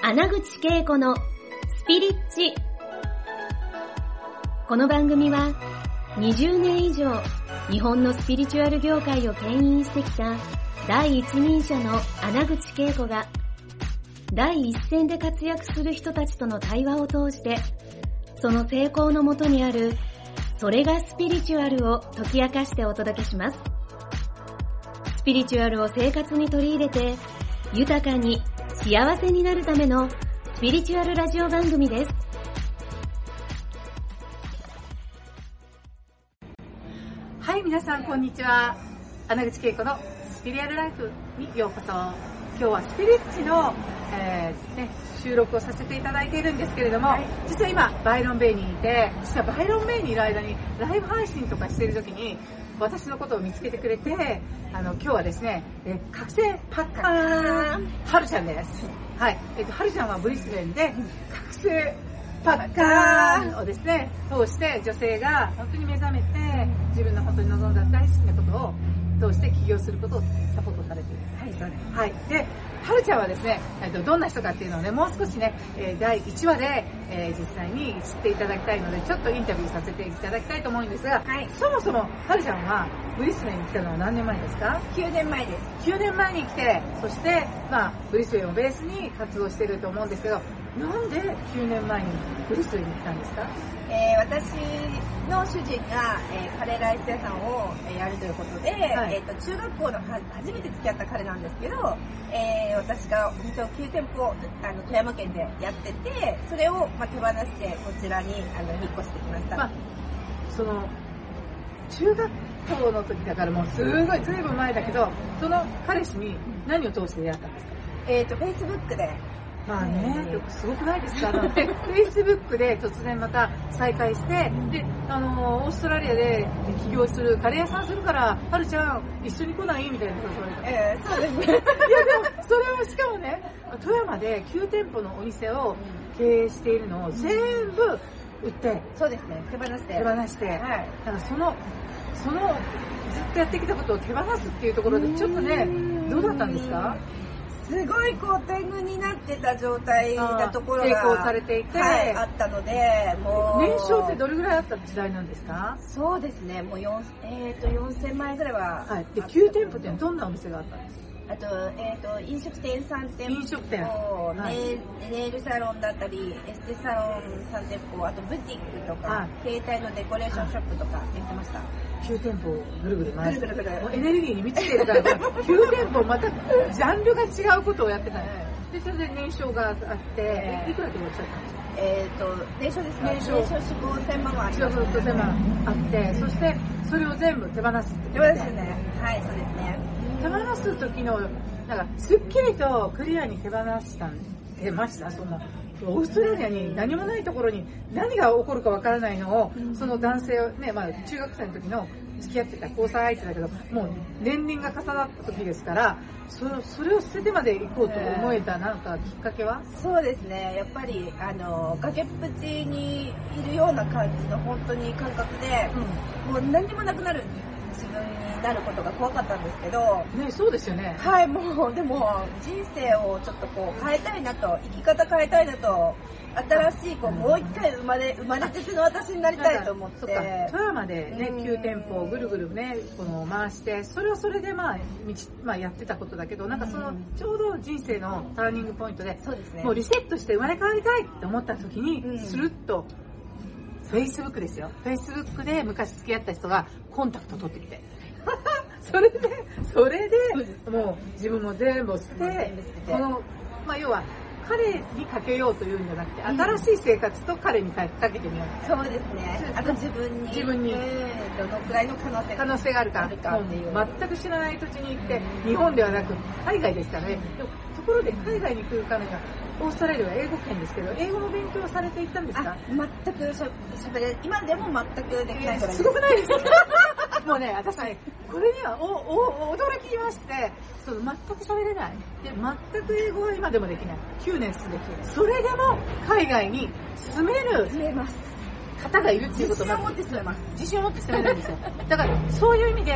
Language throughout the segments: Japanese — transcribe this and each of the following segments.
穴口恵子のスピリッチ。この番組は20年以上日本のスピリチュアル業界を牽引してきた第一人者の穴口恵子が第一線で活躍する人たちとの対話を通してその成功のもとにあるそれがスピリチュアルを解き明かしてお届けします。スピリチュアルを生活に取り入れて豊かに幸せになるためのスピリチュアルラジオ番組です。 はい、皆さんこんにちは。穴口恵子のスピリアルライフにようこそ。今日はスピリッチの、収録をさせていただいているんですけれども、実は今バイロンベイにいて、実はバイロンベイにいる間にライブ配信とかしている時に私のことを見つけてくれて、今日はですね、覚醒パッカーンはるちゃんです。はい、はるちゃんはブリスベンで覚醒パッカーンをですね通して女性が本当に目覚めて自分の本当に望んだ大好きなことを通して起業することをサポートされている。はい、そうです。はい。で、はるちゃんはですね、どんな人かっていうのをね、もう少しね、第1話で、実際に知っていただきたいので、ちょっとインタビューさせていただきたいと思うんですが、はい、そもそもはるちゃんはブリスベンに来たのは何年前ですか ？9年前です。 9年前に来て、そして、ブリスベンをベースに活動していると思うんですけど、なんで9年前にブリスベンに来たんですか？ 私の主人が、カレーライス屋さんをやるということで、はい、中学校の初めて付き合った彼なんですけど、私がお店を9店舗富山県でやってて、それを、手放してこちらに引っ越してきました。 その中学校の時だからもうすごいずいぶん前だけど、その彼氏に何を通して出会ったんですか ？Facebook で。 すごくないですか？Facebook で突然また再会して、で、オーストラリアで起業するカレー屋さんするから、はるちゃん一緒に来ないみたいなことを言われた。 そうですね。 いやでも、それをしかもね、富山で9店舗のお店を経営しているのを全部売って、 そうですね、手放して。 はい。だからそのずっとやってきたことを手放すっていうところで、ちょっとね、どうだったんですか？ すごい天狗になってた状態なところが成功されていて、 はい、あったので、もう年商ってどれぐらいあった時代なんですか？ そうですね、もう4000万円ぐらいは、 はい。で、9店舗ってどんなお店があったんですか？ あと、飲食店3店舗、 飲食店、 はい、ネイルサロンだったり、エステサロン3店舗、あとブティックとか、はい、携帯のデコレーションショップとかやってました。 9店舗ぐるぐる回して、 ぐるぐるもうエネルギーに満ちてるから、9店舗またジャンルが違うことをやってた。で、それで年商があって、いくらでおっしゃったんですか？ 年商ですね。年商4,500万はあります。 4,500万あって、そしてそれを全部手放すってそうですね。はい、そうですね。 手放す時のすっきりとクリアに手ました。そのオーストラリアに何もないところに何が起こるかわからないのを、その男性をね、中学生の時の付き合ってた交際相手だけど、もう年輪が重なった時ですから、それを捨ててまで行こうと思えたなんかきっかけは？ そうですね、やっぱり崖っぷちにいるような感じの本当に感覚で、もう何にもなくなる自分になることが怖かったんですけどね。そうですよね。 はい。もうでも人生をちょっと変えたいなと、生き方変えたいなと、新しいもう一回生まれてその私になりたいと思って、 富山でね9店舗をぐるぐるね回して、それはそれでやってたことだけど、なんかそのちょうど人生のターニングポイントで、 そうですね、 もうリセットして生まれ変わりたいって思った時に、スルッとFacebook ですよ。Facebook で昔付き合った人がコンタクト取ってきてそれでもう自分も全部捨て、この要は彼にかけようというんじゃなくて、新しい生活と彼にかけてみよう。 そうですね。あと自分にどのくらいの可能性があるかっていう。 全く知らない土地に行って、日本ではなく海外ですからね。ところで海外に来る彼がオーストラリアは英語圏ですけど、英語の勉強されていったんですか？ 全く喋れ、今でも全くできないぐらいです。 すごくないですか？もうね、私ね、これには驚きまして、全く喋れない。で、全く英語は今でもできない。9年住んできて。それでも海外に住めます。方がいるっていうことを自信を持って住めます。 自信を持って住めるんですよ。だからそういう意味で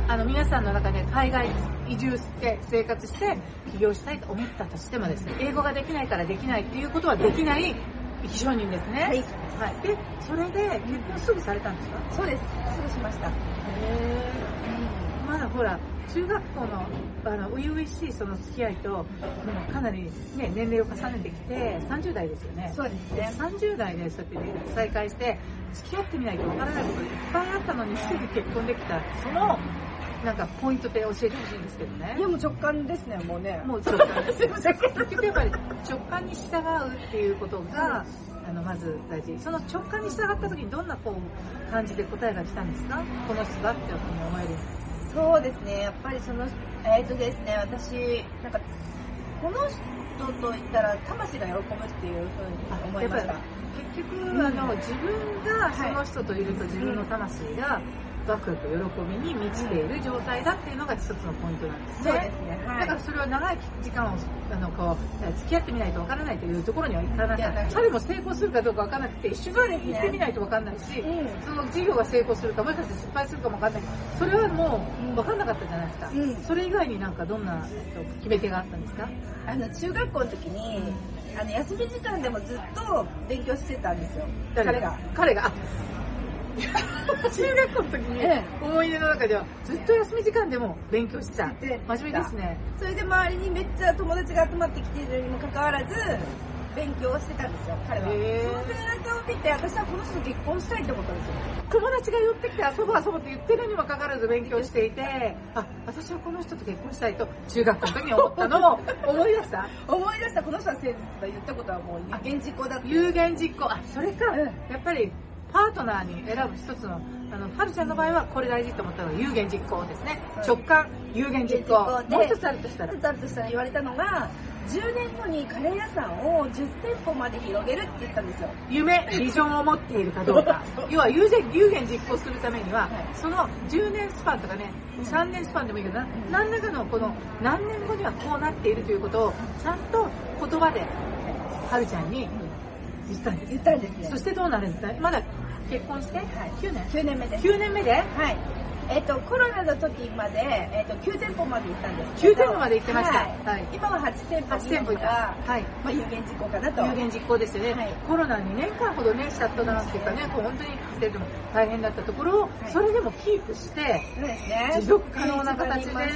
皆さんの中で海外移住して生活して起業したいと思ったとしてもですね、英語ができないからできないっていうことはできない生き証人ですね。はい。で、それで結婚すぐされたんですか？ そうです。すぐしました。 まだほら、中学校の初々しいその付き合いと、もうかなりね、年齢を重ねてきて、30代ですよね。 そうですね。 30代でそうやって、ね、再会して、付き合ってみないとわからないことがいっぱいあったのに、すぐ結婚できた、その、なんかポイントって教えてほしいんですけどね。 いやもう直感ですね、もうね。 もう直感です。結局やっぱり直感に従うっていうことが、まず大事。その直感に従った時にどんなこう感じで答えが来たんですか？この人だって思える。 そうですね、やっぱりその、ですね、私、なんか、この人と言ったら魂が喜ぶっていうふうに思いました。 結局、自分がその人といると自分の魂がワクワク喜びに満ちている状態だっていうのが一つのポイントなんですね。 そうですね。はい、 だからそれは長い時間をこう付き合ってみないとわからないというところにはいかない。彼も成功するかどうかわからなくて一緒に行ってみないとわからないし、その事業が成功するかもしかして失敗するかもわからない。それはもうわからなかったじゃないですか。それ以外になんかどんな決め手があったんですか？ 中学校の時に、休み時間でもずっと勉強してたんですよ。彼が。中学校の時に思い出の中ではずっと休み時間でも勉強してた。真面目ですね。それで周りにめっちゃ友達が集まってきているにもかかわらず勉強をしてたんですよ、彼は。その背中を見て私はこの人と結婚したいって思ったんですよ。 友達が寄ってきて遊ぼうって言ってるにもかかわらず勉強していて、私はこの人と結婚したいと中学校の時に思ったのを思い出した。 この人は誠実だ言ったことはもう有言実行だって。 有言実行。それか、やっぱりパートナーに選ぶ一つの、はるちゃんの場合はこれ大事と思ったのが有言実行ですね。直感、有言実行。もう一つあるとしたら言われたのが、10年後にカレー屋さんを10店舗まで広げるって言ったんですよ。 夢、ビジョンを持っているかどうか。要は有言実行するためには、その10年スパンとかね、3年スパンでもいいけど、何らかのこの何年後にはこうなっているということを、ちゃんと言葉で、はるちゃんに言ったんですね。そしてどうなるんですか？まだ結婚して、9年目です。9年目で？はい。 コロナの時まで、9店舗まで行ったんです。 9店舗まで行ってました。 はい。今は8店舗行ったら、はい。まあ有言実行かなと。 有言実行ですよね。はい。コロナ2年間ほどね、シャットダウンっていうかね、こう本当にしてても大変だったところを、それでもキープして、そうですね。持続可能な形で、すごい。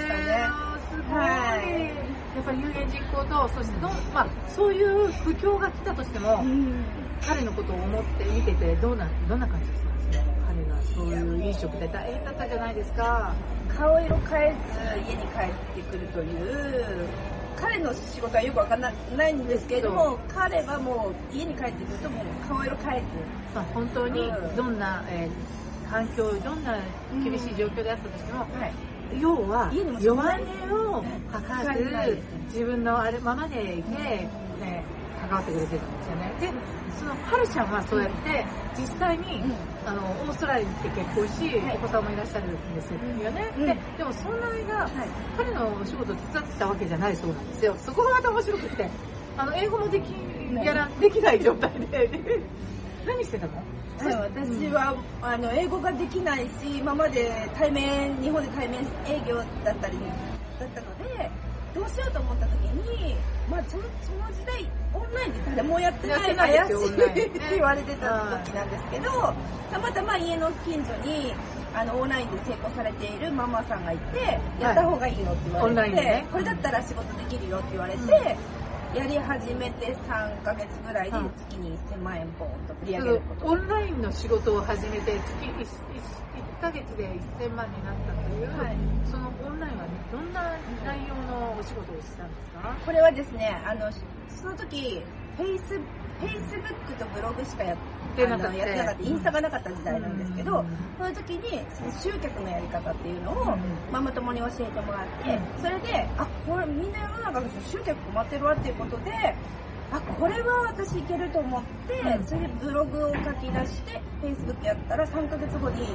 やっぱり有言実行と、そしてそういう不況が来たとしても、彼のことを思って見ててどんな感じですか？彼がそういう飲食で大変だったじゃないですか。 顔色変えず家に帰ってくるという彼の仕事はよくわからないんですけれども、彼はもう家に帰ってくるともう顔色変えず、 本当にどんな、環境、どんな厳しい状況であったとしても、要は弱音を吐かず自分のままでいて、関わってくれてるんですよね。で、そのはるちゃんはそうやって実際に、オーストラリアに来て結婚し、お子さんもいらっしゃるんですよね。でもそんな間、彼のお仕事を手伝ってたわけじゃないそうなんですよ。そこがまた面白くて、英語もできない状態で何してたの？ 私は英語ができないし、今まで日本で対面営業だったので、どうしようと思った時に、その時代オンラインで誰もやってない怪しいって言われてた時なんですけど、たまたま家の近所にオンラインで成功されているママさんがいて、やった方がいいよって言われて、これだったら仕事できるよって言われて、やり始めて3ヶ月ぐらいで月に1000万円ポンと売り上げること。 オンラインの仕事を始めて月1ヶ月で1000万になったという、そのオンラインは、どんな内容のお仕事をしたんですか？ これはですね、その時Facebook とブログしかやってなかった、インスタがなかった時代なんですけど、その時にその集客のやり方っていうのをママ友に教えてもらって、それでこれみんな世の中で集客困ってるわっていうことで、これは私いけると思って、それでブログを書き出して Facebook やったら3ヶ月後に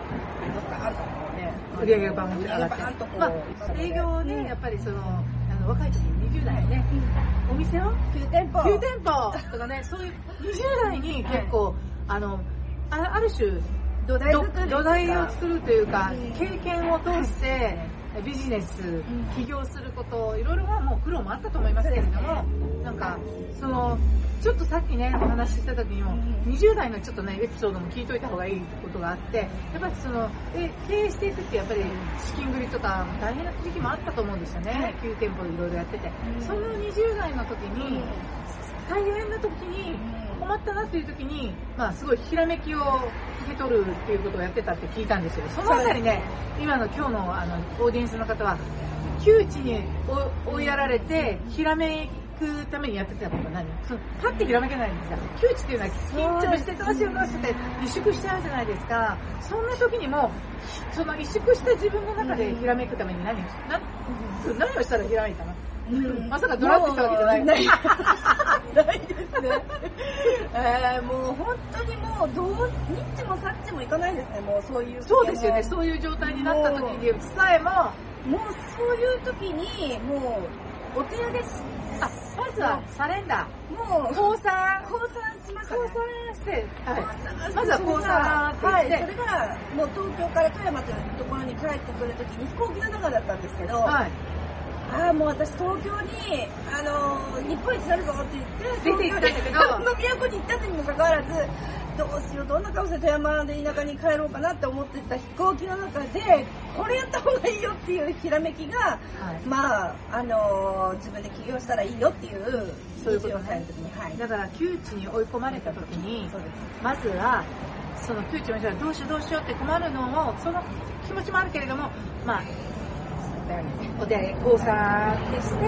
売り上げがバンと上がって、営業ね、やっぱりその若い時に20代ね、お店を 9店舗とかね、そういう20代に結構ある種土台を作るというか、経験を通してビジネス、起業すること、いろいろもう苦労もあったと思いますけれども、なんかちょっとさっきねお話しした時にも、20代のちょっとねエピソードも聞いといた方がいいことがあって、やっぱり経営していくってやっぱり資金繰りとか大変な時期もあったと思うんですよね。9店舗いろいろやってて、その20代の時に大変な時に困ったなっていう時に、すごいひらめきを受け取るっていうことをやってたって聞いたんですけど、そのあたりね、今の今日のオーディエンスの方は窮地に追いやられてひらめくためにやってたことは何？パッてひらめけないんですよ。窮地っていうのは緊張してどうしようって萎縮しちゃうじゃないですか。そんな時にもその萎縮した自分の中でひらめくために何をしたらひらめいたの？まさかドラッグしたわけじゃない。ないですね。もう本当にもうニッチもサッチもいかないですね。もうそうですよね。そういう状態になった時にさえもそういう時にもうお手上げまずはサレンダー。もう降参しましたね。降参して、まずは降参って言って、 それがもう東京から富山というところに帰ってくる時に飛行機の中だったんですけど。もう私東京に日本一になるぞって言って出て行ったんだけど、 の都に行ったにもかかわらず、どうしようどんな顔して富山で田舎に帰ろうかなって思ってた飛行機の中でこれやった方がいいよっていうひらめきが、自分で起業したらいいよっていう24歳の時に、 だから窮地に追い込まれた時に、まずはその窮地の人がどうしようって困るのを、その気持ちもあるけれども、お手上げ降参ってして、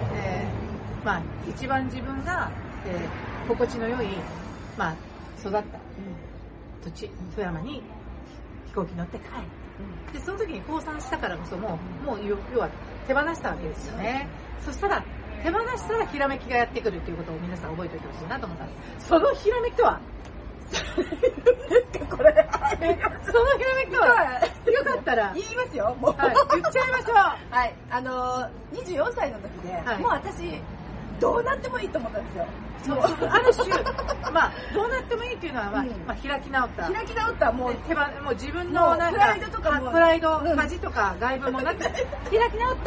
一番自分が、心地の良い、育った土地富山に飛行機乗って帰る、でその時に降参したからこそもう要は手放したわけですよね。そしたら手放したらひらめきがやってくるっていうことを皆さん覚えておいてほしいなと思ったんです。そのひらめきとはこれそのひらめきとはよかったら言いますよ。もう、 言っちゃいましょう。 24歳の時で、もう私どうなってもいいと思ったんですよ。 ある種どうなってもいいっていうのは開き直ったもう自分のなんかプライド恥とか外部もなく開き直った。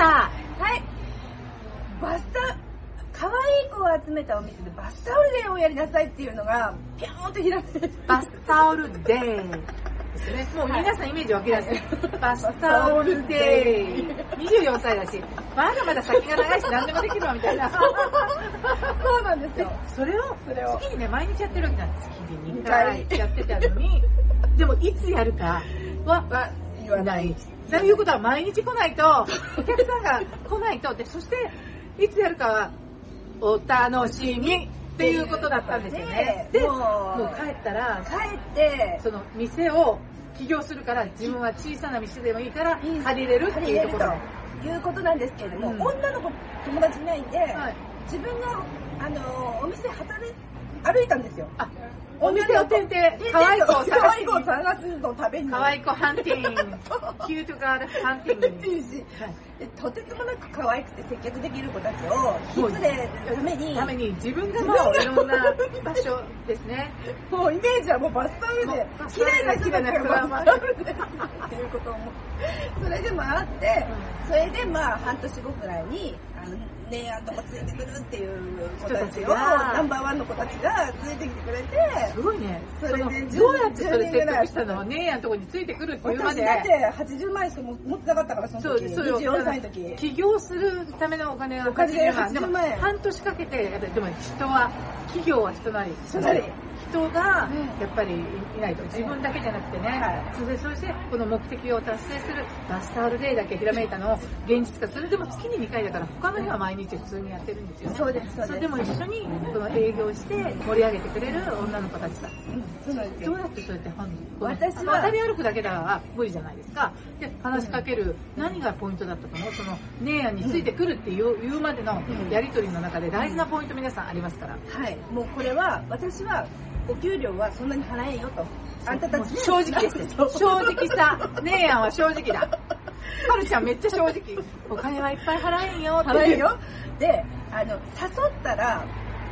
可愛い子を集めたお店でバスタオルデーをやりなさいっていうのがピョーンと開けて、 バスタオルデーですね。もう皆さんイメージ湧き出して、バスタオルデー24歳だしまだ先が長いし何でもできるわみたいなそうなんですよ。 それを月にね毎日やってるわけなんです。月に2回やってたのにでもいつやるかは言わない。 ということは毎日来ないとお客さんが来ないと、でそしていつやるかはお楽しみっていうことだったんですよね。で、もう帰ってその店を起業するから、自分は小さな店でもいいから借りれるっていうところということなんですけれども、女の子友達いないんで、自分のお店歩いたんですよ。 お店を転々可愛い子を探すのために、 可愛い子ハンティングキュートガールハンティングとてつもなく可愛くて接客できる子たちを引き連れるために自分がもういろんな場所ですね。 もうイメージはもうバスタオルで綺麗な人たちがバスタオルでっていうことをそれでもあって、それで半年後くらいに姉やんとこついてくるっていう子たちをナンバーワンの子たちがついてきてくれて、 すごいね。 それでどうやってそれ説得したの？姉やんのとこについてくるっていうまで。 私だって80万円しか持ってなかったから、その時24歳の時起業するためのお金は80万円。半年かけて、でも企業は人なり人がやっぱりいないと、自分だけじゃなくてね、そしてこの目的を達成するバスタオルデーだけひらめいたのを現実化する。でも月に2回だから他の日は毎日普通にやってるんですよね。 そうです。 それでも一緒にこの営業して盛り上げてくれる女の子たちだ。どうやってそうやって私は渡り歩くだけでは無理じゃないですか。で話しかける何がポイントだったかも、その姉やんについてくるっていうまでのやり取りの中で大事なポイント皆さんありますから。 もうこれは私はお給料はそんなに払えんよと。あんたたち正直です。正直さ。姉やんは正直だ。はるちゃんめっちゃ正直。お金はいっぱい払えんよって。 払えんよ。で、誘ったら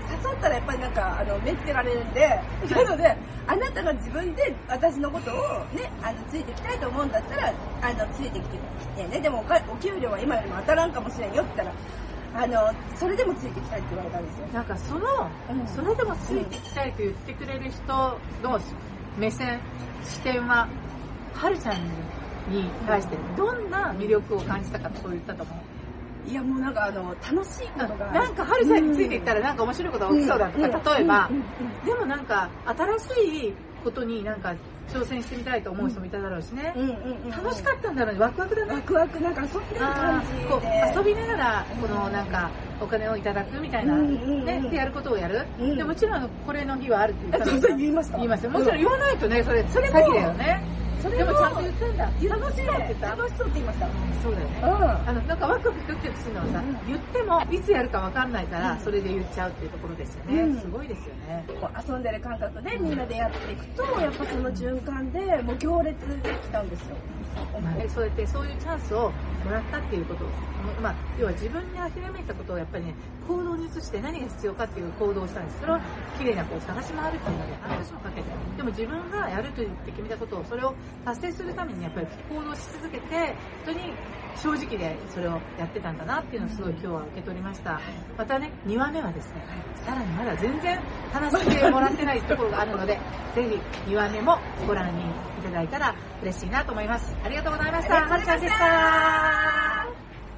誘ったらやっぱりなんか、目つけられるんで、なので、あなたが自分で私のことをね、ついてきたいと思うんだったら、ついてきてね、でもお給料は今よりも当たらんかもしれんよって言ったら、それでもついてきたいって言われたんですよ。 なんかそれでもついてきたいと言ってくれる人の目線、視点は、はるちゃんに対してどんな魅力を感じたかと言ったと思う？ いやもうなんか楽しいことがなんかはるちゃんについていったらなんか面白いことが起きそうだとか、例えば、でもなんか新しいことになんか挑戦してみたいと思う人もいただろうしね、楽しかったんだろうね、ワクワクだね、 ワクワク、なんか遊んでる感じで、 こう遊びながらこのなんかお金をいただくみたいな、ね、でやることをやる、でもちろんこれの日はあるって言ったら言いました。 言いますよ、もちろん言わないとね、それ詐欺だよね。でもちゃんと言ったんだ。楽しそうって言った？ 楽しそうって言いました。 そうだよね。なんかワクワクドキドキするのはさ、言ってもいつやるかわかんないから、それで言っちゃうっていうところですよね。すごいですよね。 遊んでる感覚でみんなでやっていくと、やっぱその循環でもう行列できたんですよ。 そうやってそういうチャンスをもらったっていうこと、まあ要は自分に諦めたことをやっぱりね、行動に移して何が必要かっていう行動をしたんです。それを綺麗なこう探し回るっていうので半年もかけて、でも自分がやると言って決めたことを、それを達成するためにやっぱり行動し続けて、本当に正直でそれをやってたんだなっていうのをすごい今日は受け取りました。またね、2話目はですね、さらにまだ全然話してもらってないところがあるので、ぜひ2話目もご覧にいただいたら嬉しいなと思います。ありがとうございました。はるちゃんでした。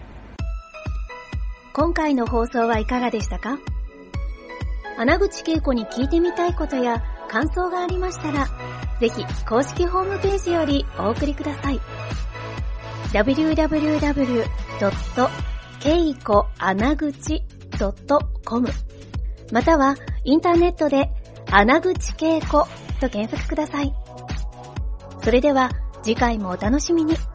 今回の放送はいかがでしたか？穴口恵子に聞いてみたいことや感想がありましたら、ぜひ公式ホームページよりお送りください。www.keikoanaguchi.com またはインターネットで穴口恵子と検索ください。それでは次回もお楽しみに。